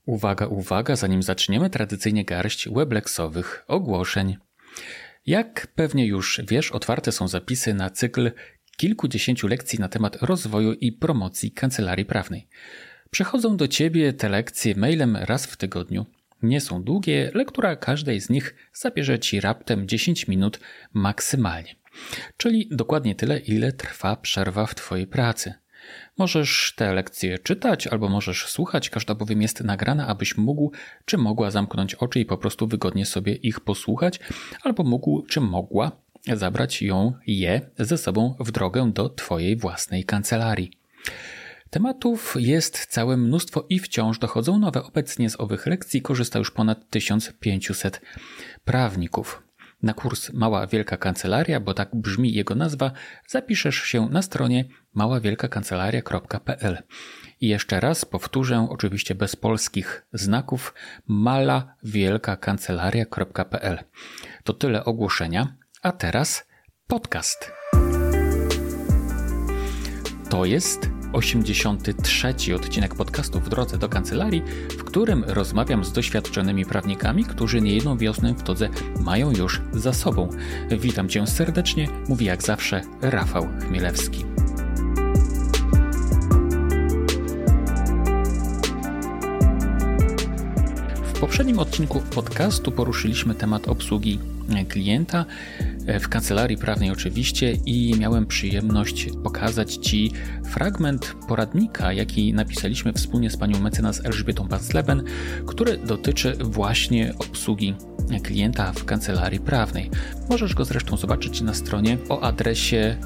Uwaga, uwaga, zanim zaczniemy, tradycyjnie garść weblexowych ogłoszeń. Jak pewnie już wiesz, otwarte są zapisy na cykl kilkudziesięciu lekcji na temat rozwoju i promocji kancelarii prawnej. Przychodzą do Ciebie te lekcje mailem raz w tygodniu. Nie są długie, lektura każdej z nich zabierze Ci raptem 10 minut maksymalnie. Czyli dokładnie tyle, ile trwa przerwa w Twojej pracy. Możesz te lekcje czytać albo możesz słuchać, każda bowiem jest nagrana, abyś mógł czy mogła zamknąć oczy i po prostu wygodnie sobie ich posłuchać, albo mógł czy mogła zabrać je ze sobą w drogę do Twojej własnej kancelarii. Tematów jest całe mnóstwo i wciąż dochodzą nowe. Obecnie z owych lekcji korzysta już ponad 1500 prawników. Na kurs Mała Wielka Kancelaria, bo tak brzmi jego nazwa, zapiszesz się na stronie maławielkakancelaria.pl. I jeszcze raz powtórzę, oczywiście bez polskich znaków, malawielkakancelaria.pl. To tyle ogłoszenia, a teraz podcast. To jest 83. odcinek podcastu W drodze do kancelarii, w którym rozmawiam z doświadczonymi prawnikami, którzy niejedną wiosnę w todze mają już za sobą. Witam Cię serdecznie, mówi jak zawsze Rafał Chmielewski. W poprzednim odcinku podcastu poruszyliśmy temat obsługi klienta w kancelarii prawnej oczywiście i miałem przyjemność pokazać Ci fragment poradnika, jaki napisaliśmy wspólnie z panią mecenas Elżbietą Bansleben, który dotyczy właśnie obsługi klienta w kancelarii prawnej. Możesz go zresztą zobaczyć na stronie o adresie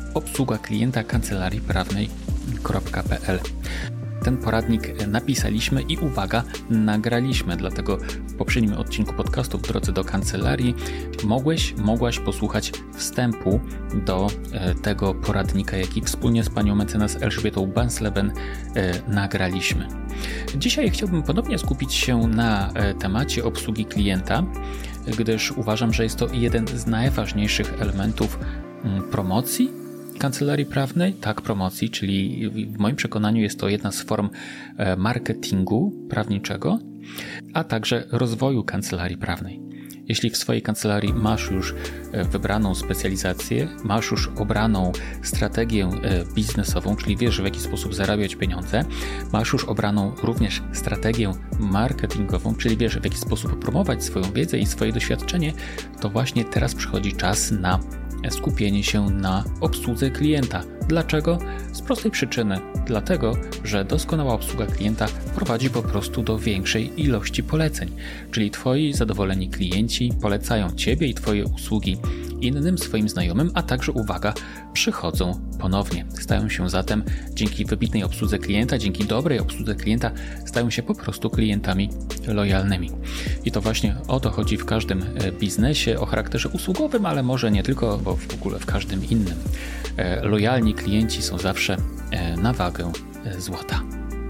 obsługaklientakacelarii-prawnej.pl. Ten poradnik napisaliśmy i uwaga, nagraliśmy, dlatego w poprzednim odcinku podcastu W drodze do kancelarii mogłaś posłuchać wstępu do tego poradnika, jaki wspólnie z panią mecenas Elżbietą Bansleben nagraliśmy. Dzisiaj chciałbym ponownie skupić się na temacie obsługi klienta, gdyż uważam, że jest to jeden z najważniejszych elementów promocji kancelarii prawnej, tak, promocji, czyli w moim przekonaniu jest to jedna z form marketingu prawniczego, a także rozwoju kancelarii prawnej. Jeśli w swojej kancelarii masz już wybraną specjalizację, masz już obraną strategię biznesową, czyli wiesz, w jaki sposób zarabiać pieniądze, masz już obraną również strategię marketingową, czyli wiesz, w jaki sposób promować swoją wiedzę i swoje doświadczenie, to właśnie teraz przychodzi czas na skupienie się na obsłudze klienta. Dlaczego? Z prostej przyczyny. Dlatego, że doskonała obsługa klienta prowadzi po prostu do większej ilości poleceń. Czyli Twoi zadowoleni klienci polecają Ciebie i Twoje usługi innym swoim znajomym, a także, uwaga, przychodzą ponownie. Stają się zatem dzięki wybitnej obsłudze klienta, dzięki dobrej obsłudze klienta, stają się po prostu klientami lojalnymi. I to właśnie o to chodzi w każdym biznesie o charakterze usługowym, ale może nie tylko, bo w ogóle w każdym innym. Lojalni klienci są zawsze na wagę złota.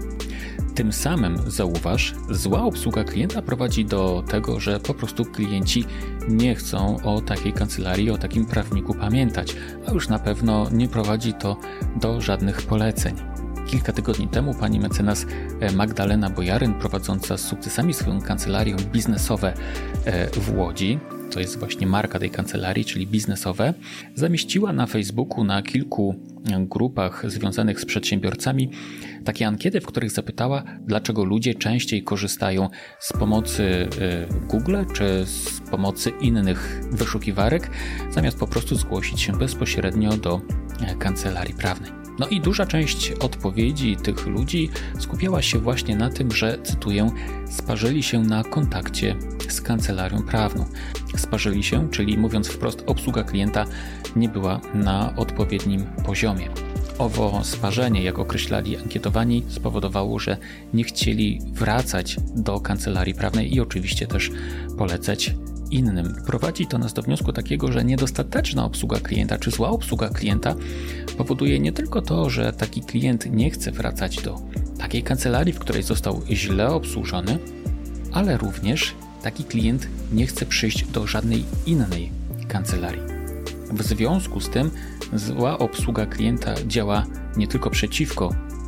Tym samym, zauważ, zła obsługa klienta prowadzi do tego, że po prostu klienci nie chcą o takiej kancelarii, o takim prawniku pamiętać, a już na pewno nie prowadzi to do żadnych poleceń. Kilka tygodni temu pani mecenas Magdalena Bojaryn, prowadząca z sukcesami swoją kancelarię biznesowe w Łodzi, to jest właśnie marka tej kancelarii, czyli biznesowe, zamieściła na Facebooku na kilku grupach związanych z przedsiębiorcami takie ankiety, w których zapytała, dlaczego ludzie częściej korzystają z pomocy Google czy z pomocy innych wyszukiwarek, zamiast po prostu zgłosić się bezpośrednio do kancelarii prawnej. No i duża część odpowiedzi tych ludzi skupiała się właśnie na tym, że, cytuję, sparzyli się na kontakcie z kancelarią prawną. Sparzyli się, czyli mówiąc wprost, obsługa klienta nie była na odpowiednim poziomie. Owo sparzenie, jak określali ankietowani, spowodowało, że nie chcieli wracać do kancelarii prawnej i oczywiście też polecać innym. Prowadzi to nas do wniosku takiego, że niedostateczna obsługa klienta czy zła obsługa klienta powoduje nie tylko to, że taki klient nie chce wracać do takiej kancelarii, w której został źle obsłużony, ale również taki klient nie chce przyjść do żadnej innej kancelarii. W związku z tym zła obsługa klienta działa nie tylko przeciwko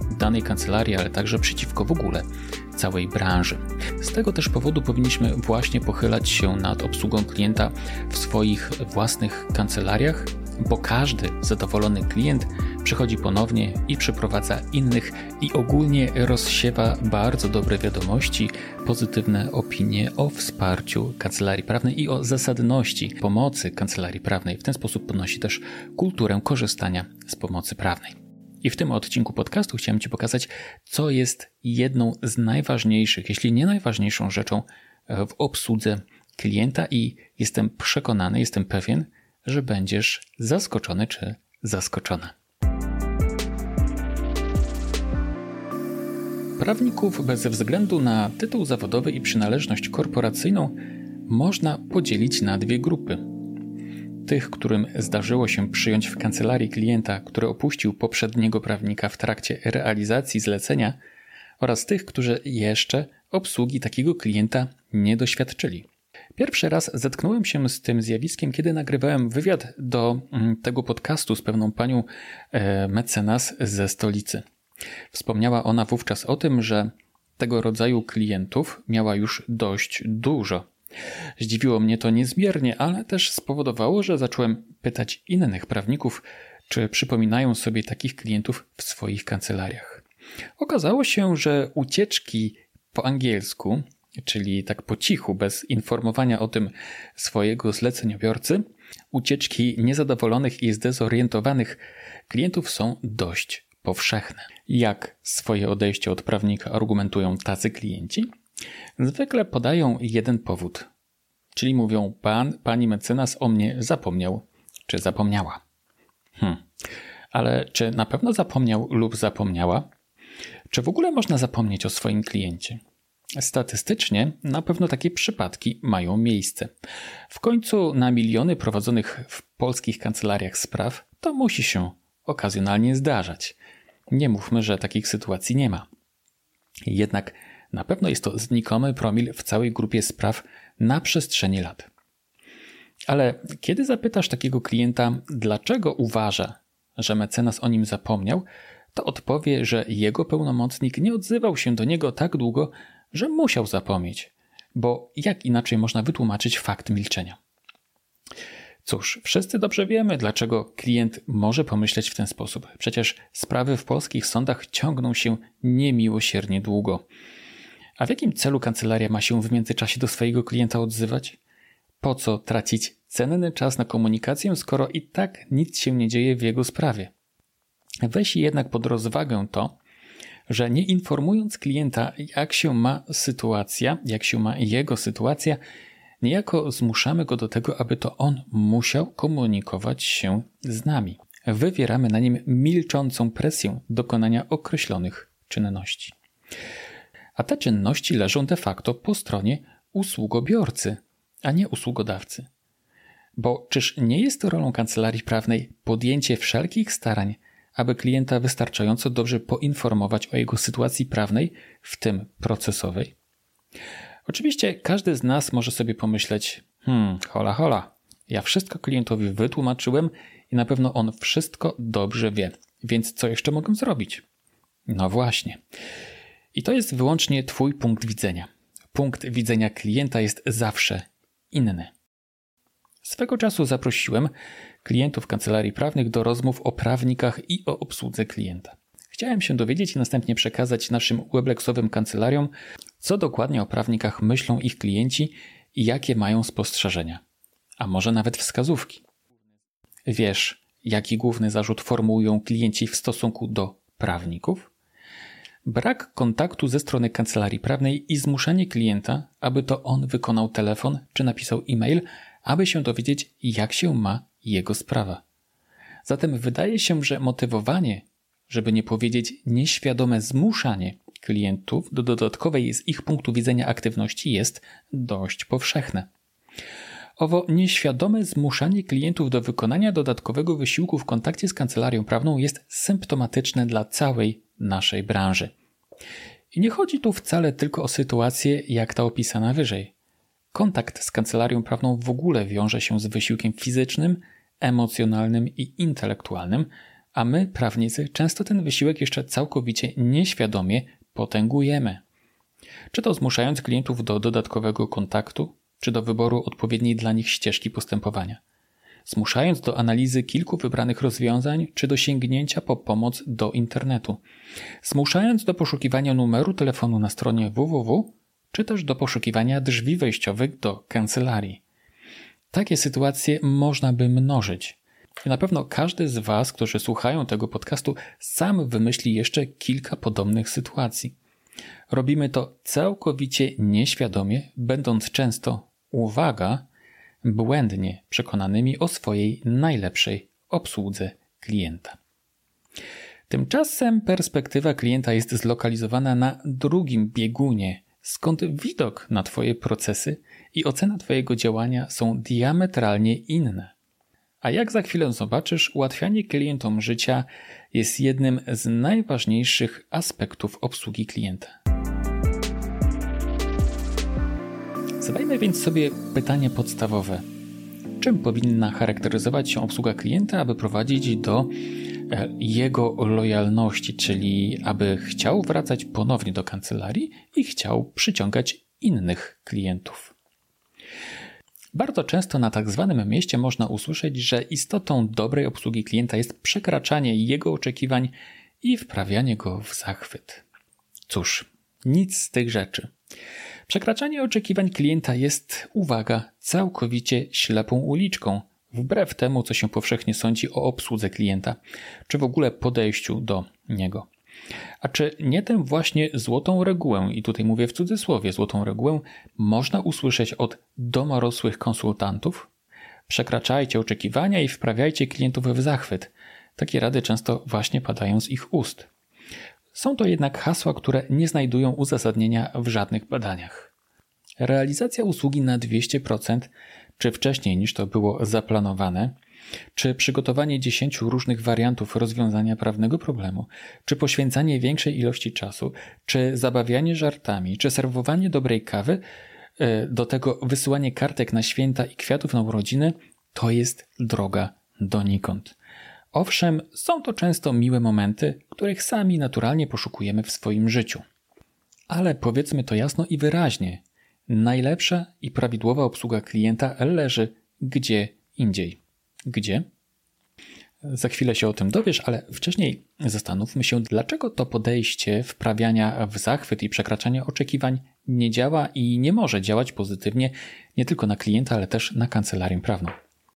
danej kancelarii, ale także przeciwko w ogóle całej branży. Z tego też powodu powinniśmy właśnie pochylać się nad obsługą klienta w swoich własnych kancelariach, bo każdy zadowolony klient przychodzi ponownie i przyprowadza innych i ogólnie rozsiewa bardzo dobre wiadomości, pozytywne opinie o wsparciu kancelarii prawnej i o zasadności pomocy kancelarii prawnej. W ten sposób podnosi też kulturę korzystania z pomocy prawnej. I w tym odcinku podcastu chciałem Ci pokazać, co jest jedną z najważniejszych, jeśli nie najważniejszą rzeczą w obsłudze klienta i jestem przekonany, jestem pewien, że będziesz zaskoczony czy zaskoczona. Prawników bez względu na tytuł zawodowy i przynależność korporacyjną można podzielić na dwie grupy. Tych, którym zdarzyło się przyjąć w kancelarii klienta, który opuścił poprzedniego prawnika w trakcie realizacji zlecenia, oraz tych, którzy jeszcze obsługi takiego klienta nie doświadczyli. Pierwszy raz zetknąłem się z tym zjawiskiem, kiedy nagrywałem wywiad do tego podcastu z pewną panią mecenas ze stolicy. Wspomniała ona wówczas o tym, że tego rodzaju klientów miała już dość dużo. Zdziwiło mnie to niezmiernie, ale też spowodowało, że zacząłem pytać innych prawników, czy przypominają sobie takich klientów w swoich kancelariach. Okazało się, że ucieczki po angielsku, czyli tak po cichu, bez informowania o tym swojego zleceniobiorcy, ucieczki niezadowolonych i zdezorientowanych klientów są dość powszechne. Jak swoje odejście od prawnika argumentują tacy klienci? Zwykle podają jeden powód, czyli mówią: pani mecenas o mnie zapomniał, czy zapomniała. Ale czy na pewno zapomniał lub zapomniała? Czy w ogóle można zapomnieć o swoim kliencie? Statystycznie na pewno takie przypadki mają miejsce. W końcu na miliony prowadzonych w polskich kancelariach spraw to musi się okazjonalnie zdarzać. Nie mówmy, że takich sytuacji nie ma. Jednak na pewno jest to znikomy promil w całej grupie spraw na przestrzeni lat. Ale kiedy zapytasz takiego klienta, dlaczego uważa, że mecenas o nim zapomniał, to odpowie, że jego pełnomocnik nie odzywał się do niego tak długo, że musiał zapomnieć, bo jak inaczej można wytłumaczyć fakt milczenia? Cóż, wszyscy dobrze wiemy, dlaczego klient może pomyśleć w ten sposób. Przecież sprawy w polskich sądach ciągną się niemiłosiernie długo. A w jakim celu kancelaria ma się w międzyczasie do swojego klienta odzywać? Po co tracić cenny czas na komunikację, skoro i tak nic się nie dzieje w jego sprawie? Weź jednak pod rozwagę to, że nie informując klienta, jak się ma jego sytuacja, niejako zmuszamy go do tego, aby to on musiał komunikować się z nami. Wywieramy na nim milczącą presję dokonania określonych czynności. A te czynności leżą de facto po stronie usługobiorcy, a nie usługodawcy. Bo czyż nie jest rolą kancelarii prawnej podjęcie wszelkich starań, aby klienta wystarczająco dobrze poinformować o jego sytuacji prawnej, w tym procesowej? Oczywiście każdy z nas może sobie pomyśleć: hola, ja wszystko klientowi wytłumaczyłem i na pewno on wszystko dobrze wie, więc co jeszcze mogę zrobić? No właśnie. I to jest wyłącznie Twój punkt widzenia. Punkt widzenia klienta jest zawsze inny. Swego czasu zaprosiłem klientów kancelarii prawnych do rozmów o prawnikach i o obsłudze klienta. Chciałem się dowiedzieć i następnie przekazać naszym weblexowym kancelariom, co dokładnie o prawnikach myślą ich klienci i jakie mają spostrzeżenia. A może nawet wskazówki. Wiesz, jaki główny zarzut formułują klienci w stosunku do prawników? Brak kontaktu ze strony kancelarii prawnej i zmuszanie klienta, aby to on wykonał telefon czy napisał e-mail, aby się dowiedzieć, jak się ma jego sprawa. Zatem wydaje się, że motywowanie, żeby nie powiedzieć nieświadome zmuszanie klientów do dodatkowej z ich punktu widzenia aktywności jest dość powszechne. Owo nieświadome zmuszanie klientów do wykonania dodatkowego wysiłku w kontakcie z kancelarią prawną jest symptomatyczne dla całej naszej branży. I nie chodzi tu wcale tylko o sytuację jak ta opisana wyżej. Kontakt z kancelarią prawną w ogóle wiąże się z wysiłkiem fizycznym, emocjonalnym i intelektualnym, A my, prawnicy, często ten wysiłek jeszcze całkowicie nieświadomie potęgujemy. Czy to zmuszając klientów do dodatkowego kontaktu, czy do wyboru odpowiedniej dla nich ścieżki postępowania. Zmuszając do analizy kilku wybranych rozwiązań, czy do sięgnięcia po pomoc do internetu. Zmuszając do poszukiwania numeru telefonu na stronie www, czy też do poszukiwania drzwi wejściowych do kancelarii. Takie sytuacje można by mnożyć. I na pewno każdy z Was, którzy słuchają tego podcastu, sam wymyśli jeszcze kilka podobnych sytuacji. Robimy to całkowicie nieświadomie, będąc często, uwaga, błędnie przekonanymi o swojej najlepszej obsłudze klienta. Tymczasem perspektywa klienta jest zlokalizowana na drugim biegunie, skąd widok na Twoje procesy i ocena Twojego działania są diametralnie inne. A jak za chwilę zobaczysz, ułatwianie klientom życia jest jednym z najważniejszych aspektów obsługi klienta. Zadajmy więc sobie pytanie podstawowe. Czym powinna charakteryzować się obsługa klienta, aby prowadzić do jego lojalności, czyli aby chciał wracać ponownie do kancelarii i chciał przyciągać innych klientów? Bardzo często na tak zwanym mieście można usłyszeć, że istotą dobrej obsługi klienta jest przekraczanie jego oczekiwań i wprawianie go w zachwyt. Cóż, nic z tych rzeczy. Przekraczanie oczekiwań klienta jest, uwaga, całkowicie ślepą uliczką, wbrew temu, co się powszechnie sądzi o obsłudze klienta, czy w ogóle podejściu do niego. A czy nie tę właśnie złotą regułę, i tutaj mówię w cudzysłowie złotą regułę, można usłyszeć od domorosłych konsultantów? Przekraczajcie oczekiwania i wprawiajcie klientów w zachwyt. Takie rady często właśnie padają z ich ust. Są to jednak hasła, które nie znajdują uzasadnienia w żadnych badaniach. Realizacja usługi na 200%, czy wcześniej niż to było zaplanowane, czy przygotowanie 10 różnych wariantów rozwiązania prawnego problemu, czy poświęcanie większej ilości czasu, czy zabawianie żartami, czy serwowanie dobrej kawy, do tego wysyłanie kartek na święta i kwiatów na urodziny, to jest droga donikąd. Owszem, są to często miłe momenty, których sami naturalnie poszukujemy w swoim życiu. Ale powiedzmy to jasno i wyraźnie, najlepsza i prawidłowa obsługa klienta leży gdzie indziej. Gdzie? Za chwilę się o tym dowiesz, ale wcześniej zastanówmy się, dlaczego to podejście wprawiania w zachwyt i przekraczania oczekiwań nie działa i nie może działać pozytywnie nie tylko na klienta, ale też na kancelarię prawną.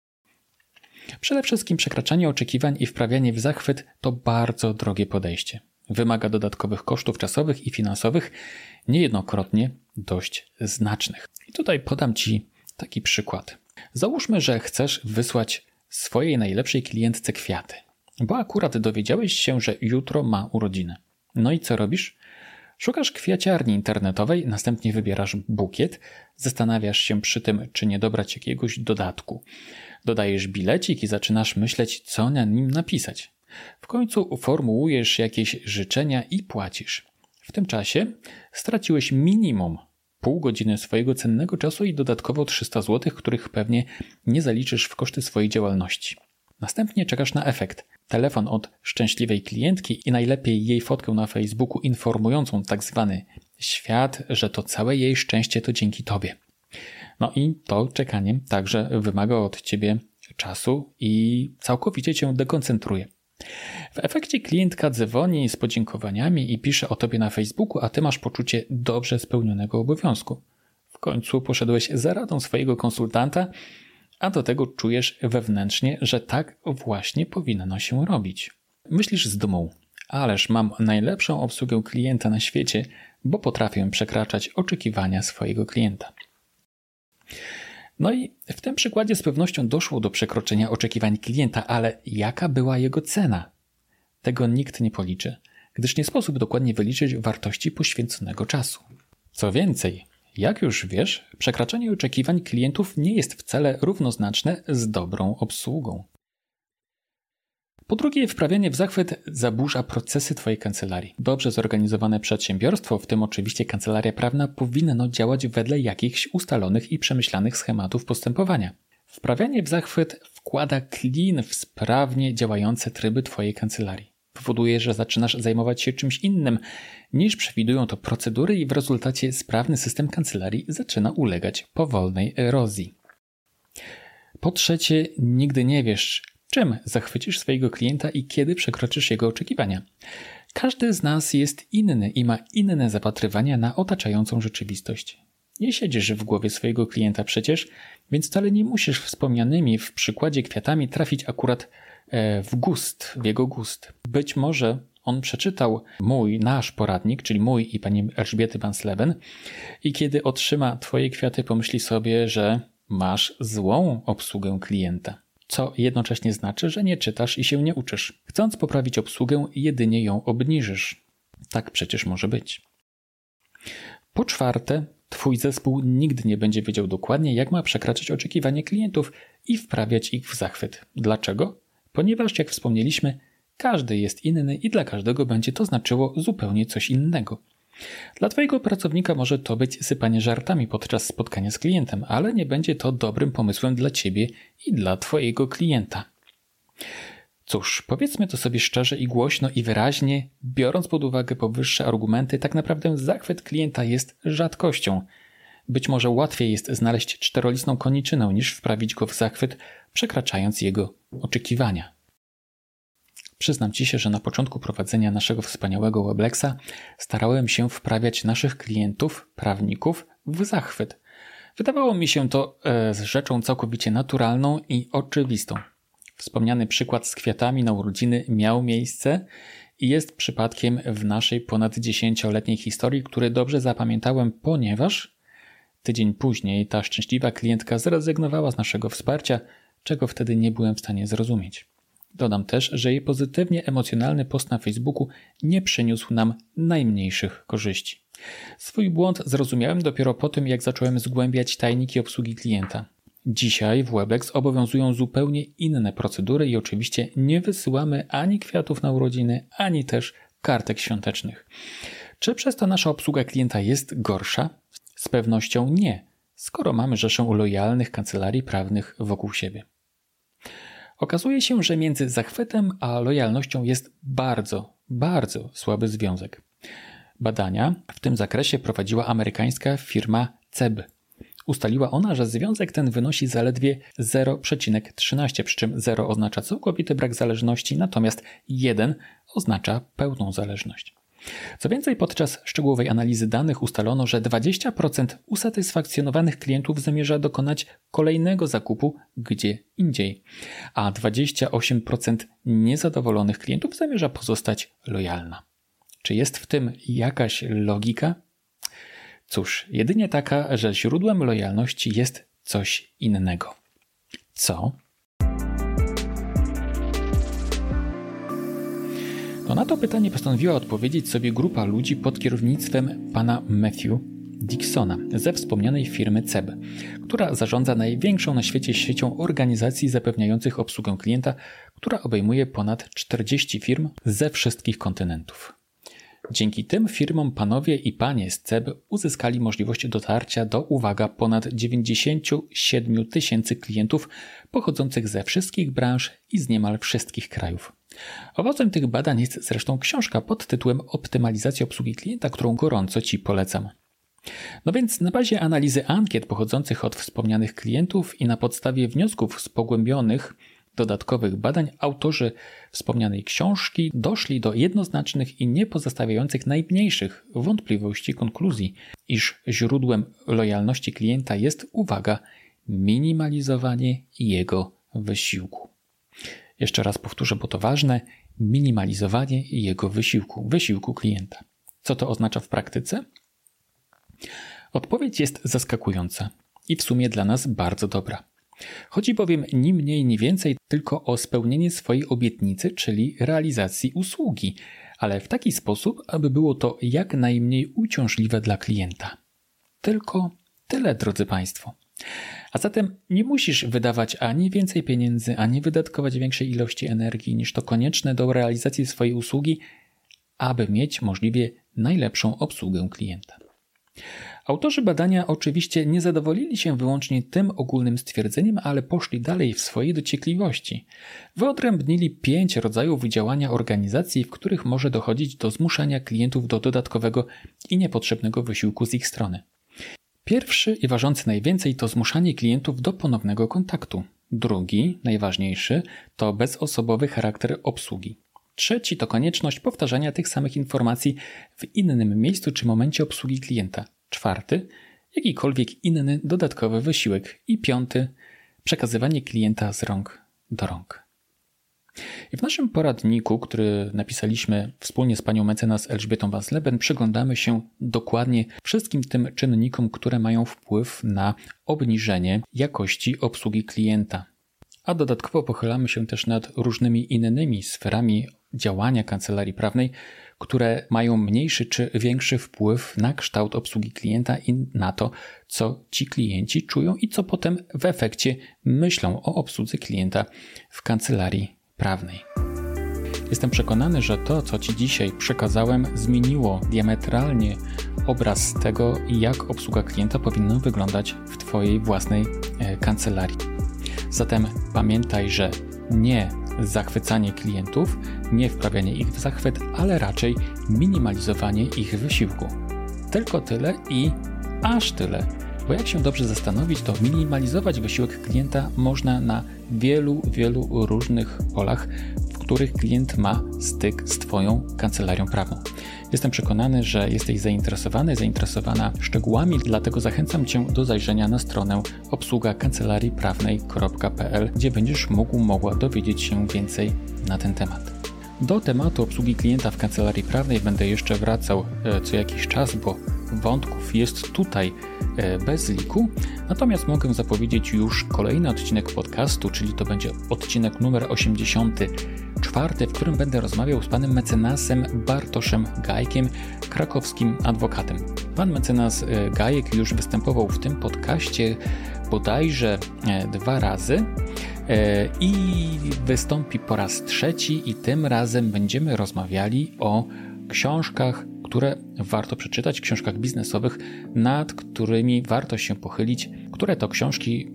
Przede wszystkim przekraczanie oczekiwań i wprawianie w zachwyt to bardzo drogie podejście. Wymaga dodatkowych kosztów czasowych i finansowych, niejednokrotnie dość znacznych. I tutaj podam Ci taki przykład. Załóżmy, że chcesz wysłać swojej najlepszej klientce kwiaty, bo akurat dowiedziałeś się, że jutro ma urodziny. No i co robisz? Szukasz kwiaciarni internetowej, następnie wybierasz bukiet, zastanawiasz się przy tym, czy nie dobrać jakiegoś dodatku. Dodajesz bilecik i zaczynasz myśleć, co na nim napisać. W końcu formułujesz jakieś życzenia i płacisz. W tym czasie straciłeś minimum pół godziny swojego cennego czasu i dodatkowo 300 zł, których pewnie nie zaliczysz w koszty swojej działalności. Następnie czekasz na efekt. Telefon od szczęśliwej klientki i najlepiej jej fotkę na Facebooku informującą tak zwany świat, że to całe jej szczęście to dzięki Tobie. No i to czekanie także wymaga od Ciebie czasu i całkowicie Cię dekoncentruje. W efekcie klientka dzwoni z podziękowaniami i pisze o Tobie na Facebooku, a Ty masz poczucie dobrze spełnionego obowiązku. W końcu poszedłeś za radą swojego konsultanta, a do tego czujesz wewnętrznie, że tak właśnie powinno się robić. Myślisz z dumą, ależ mam najlepszą obsługę klienta na świecie, bo potrafię przekraczać oczekiwania swojego klienta. No i w tym przykładzie z pewnością doszło do przekroczenia oczekiwań klienta, ale jaka była jego cena? Tego nikt nie policzy, gdyż nie sposób dokładnie wyliczyć wartości poświęconego czasu. Co więcej, jak już wiesz, przekraczanie oczekiwań klientów nie jest wcale równoznaczne z dobrą obsługą. Po drugie, wprawianie w zachwyt zaburza procesy Twojej kancelarii. Dobrze zorganizowane przedsiębiorstwo, w tym oczywiście kancelaria prawna, powinno działać wedle jakichś ustalonych i przemyślanych schematów postępowania. Wprawianie w zachwyt wkłada klin w sprawnie działające tryby Twojej kancelarii. Powoduje, że zaczynasz zajmować się czymś innym niż przewidują to procedury i w rezultacie sprawny system kancelarii zaczyna ulegać powolnej erozji. Po trzecie, nigdy nie wiesz, czym zachwycisz swojego klienta i kiedy przekroczysz jego oczekiwania. Każdy z nas jest inny i ma inne zapatrywania na otaczającą rzeczywistość. Nie siedzisz w głowie swojego klienta przecież, więc wcale nie musisz wspomnianymi w przykładzie kwiatami trafić akurat w jego gust. Być może on przeczytał nasz poradnik, czyli mój i pani Elżbiety Bansleben, i kiedy otrzyma Twoje kwiaty, pomyśli sobie, że masz złą obsługę klienta. Co jednocześnie znaczy, że nie czytasz i się nie uczysz. Chcąc poprawić obsługę, jedynie ją obniżysz. Tak przecież może być. Po czwarte, Twój zespół nigdy nie będzie wiedział dokładnie, jak ma przekraczać oczekiwania klientów i wprawiać ich w zachwyt. Dlaczego? Ponieważ, jak wspomnieliśmy, każdy jest inny i dla każdego będzie to znaczyło zupełnie coś innego. Dla Twojego pracownika może to być sypanie żartami podczas spotkania z klientem, ale nie będzie to dobrym pomysłem dla Ciebie i dla Twojego klienta. Cóż, powiedzmy to sobie szczerze i głośno i wyraźnie, biorąc pod uwagę powyższe argumenty, tak naprawdę zachwyt klienta jest rzadkością. Być może łatwiej jest znaleźć czterolistną koniczynę niż wprawić go w zachwyt, przekraczając jego oczekiwania. Przyznam Ci się, że na początku prowadzenia naszego wspaniałego Weblexa starałem się wprawiać naszych klientów, prawników w zachwyt. Wydawało mi się to rzeczą całkowicie naturalną i oczywistą. Wspomniany przykład z kwiatami na urodziny miał miejsce i jest przypadkiem w naszej ponad 10-letniej historii, który dobrze zapamiętałem, ponieważ tydzień później ta szczęśliwa klientka zrezygnowała z naszego wsparcia, czego wtedy nie byłem w stanie zrozumieć. Dodam też, że jej pozytywnie emocjonalny post na Facebooku nie przyniósł nam najmniejszych korzyści. Swój błąd zrozumiałem dopiero po tym, jak zacząłem zgłębiać tajniki obsługi klienta. Dzisiaj w Webex obowiązują zupełnie inne procedury i oczywiście nie wysyłamy ani kwiatów na urodziny, ani też kartek świątecznych. Czy przez to nasza obsługa klienta jest gorsza? Z pewnością nie, skoro mamy rzeszę lojalnych kancelarii prawnych wokół siebie. Okazuje się, że między zachwytem a lojalnością jest bardzo, bardzo słaby związek. Badania w tym zakresie prowadziła amerykańska firma CEB. Ustaliła ona, że związek ten wynosi zaledwie 0,13, przy czym 0 oznacza całkowity brak zależności, natomiast 1 oznacza pełną zależność. Co więcej, podczas szczegółowej analizy danych ustalono, że 20% usatysfakcjonowanych klientów zamierza dokonać kolejnego zakupu gdzie indziej, a 28% niezadowolonych klientów zamierza pozostać lojalna. Czy jest w tym jakaś logika? Cóż, jedynie taka, że źródłem lojalności jest coś innego. Co? No na to pytanie postanowiła odpowiedzieć sobie grupa ludzi pod kierownictwem pana Matthew Dixona ze wspomnianej firmy CEB, która zarządza największą na świecie siecią organizacji zapewniających obsługę klienta, która obejmuje ponad 40 firm ze wszystkich kontynentów. Dzięki tym firmom panowie i panie z CEB uzyskali możliwość dotarcia do, uwaga, ponad 97 tysięcy klientów pochodzących ze wszystkich branż i z niemal wszystkich krajów. Owocem tych badań jest zresztą książka pod tytułem Optymalizacja obsługi klienta, którą gorąco Ci polecam. No więc na bazie analizy ankiet pochodzących od wspomnianych klientów i na podstawie wniosków z pogłębionych dodatkowych badań autorzy wspomnianej książki doszli do jednoznacznych i nie pozostawiających najmniejszych wątpliwości konkluzji, iż źródłem lojalności klienta jest, uwaga, minimalizowanie jego wysiłku. Jeszcze raz powtórzę, bo to ważne, minimalizowanie jego wysiłku klienta. Co to oznacza w praktyce? Odpowiedź jest zaskakująca i w sumie dla nas bardzo dobra. Chodzi bowiem ni mniej, ni więcej tylko o spełnienie swojej obietnicy, czyli realizacji usługi, ale w taki sposób, aby było to jak najmniej uciążliwe dla klienta. Tylko tyle, drodzy Państwo. A zatem nie musisz wydawać ani więcej pieniędzy, ani wydatkować większej ilości energii niż to konieczne do realizacji swojej usługi, aby mieć możliwie najlepszą obsługę klienta. Autorzy badania oczywiście nie zadowolili się wyłącznie tym ogólnym stwierdzeniem, ale poszli dalej w swojej dociekliwości. Wyodrębnili 5 rodzajów działania organizacji, w których może dochodzić do zmuszania klientów do dodatkowego i niepotrzebnego wysiłku z ich strony. Pierwszy i ważący najwięcej to zmuszanie klientów do ponownego kontaktu. Drugi, najważniejszy, to bezosobowy charakter obsługi. Trzeci to konieczność powtarzania tych samych informacji w innym miejscu czy momencie obsługi klienta. Czwarty, jakikolwiek inny dodatkowy wysiłek. I piąty, przekazywanie klienta z rąk do rąk. I w naszym poradniku, który napisaliśmy wspólnie z panią mecenas Elżbietą Wansleben, przyglądamy się dokładnie wszystkim tym czynnikom, które mają wpływ na obniżenie jakości obsługi klienta. A dodatkowo pochylamy się też nad różnymi innymi sferami działania kancelarii prawnej, które mają mniejszy czy większy wpływ na kształt obsługi klienta i na to, co ci klienci czują i co potem w efekcie myślą o obsłudze klienta w kancelarii prawnej. Jestem przekonany, że to, co ci dzisiaj przekazałem, zmieniło diametralnie obraz tego, jak obsługa klienta powinna wyglądać w twojej własnej kancelarii. Zatem pamiętaj, że nie zachwycanie klientów, nie wprawianie ich w zachwyt, ale raczej minimalizowanie ich wysiłku. Tylko tyle i aż tyle. Bo jak się dobrze zastanowić, to minimalizować wysiłek klienta można na wielu różnych polach, w których klient ma styk z twoją kancelarią prawną. Jestem przekonany, że jesteś zainteresowana szczegółami, dlatego zachęcam cię do zajrzenia na stronę obsługakancelariiprawnej.pl, gdzie będziesz mogła dowiedzieć się więcej na ten temat. Do tematu obsługi klienta w kancelarii prawnej będę jeszcze wracał co jakiś czas, bo wątków jest tutaj bez liku. Natomiast mogę zapowiedzieć już kolejny odcinek podcastu, czyli to będzie odcinek numer 84, w którym będę rozmawiał z panem mecenasem Bartoszem Gajkiem, krakowskim adwokatem. Pan mecenas Gajek już występował w tym podcaście bodajże 2 razy i wystąpi po raz 3 i tym razem będziemy rozmawiali o książkach, które warto przeczytać, książkach biznesowych, nad którymi warto się pochylić, które to książki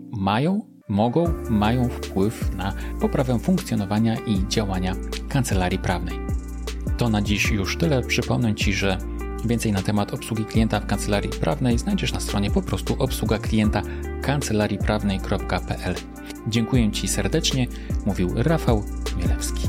mają wpływ na poprawę funkcjonowania i działania kancelarii prawnej. To na dziś już tyle. Przypomnę ci, że więcej na temat obsługi klienta w kancelarii prawnej znajdziesz na stronie po prostu obsługaklienta.kancelariiprawnej.pl. Dziękuję ci serdecznie, mówił Rafał Chmielewski.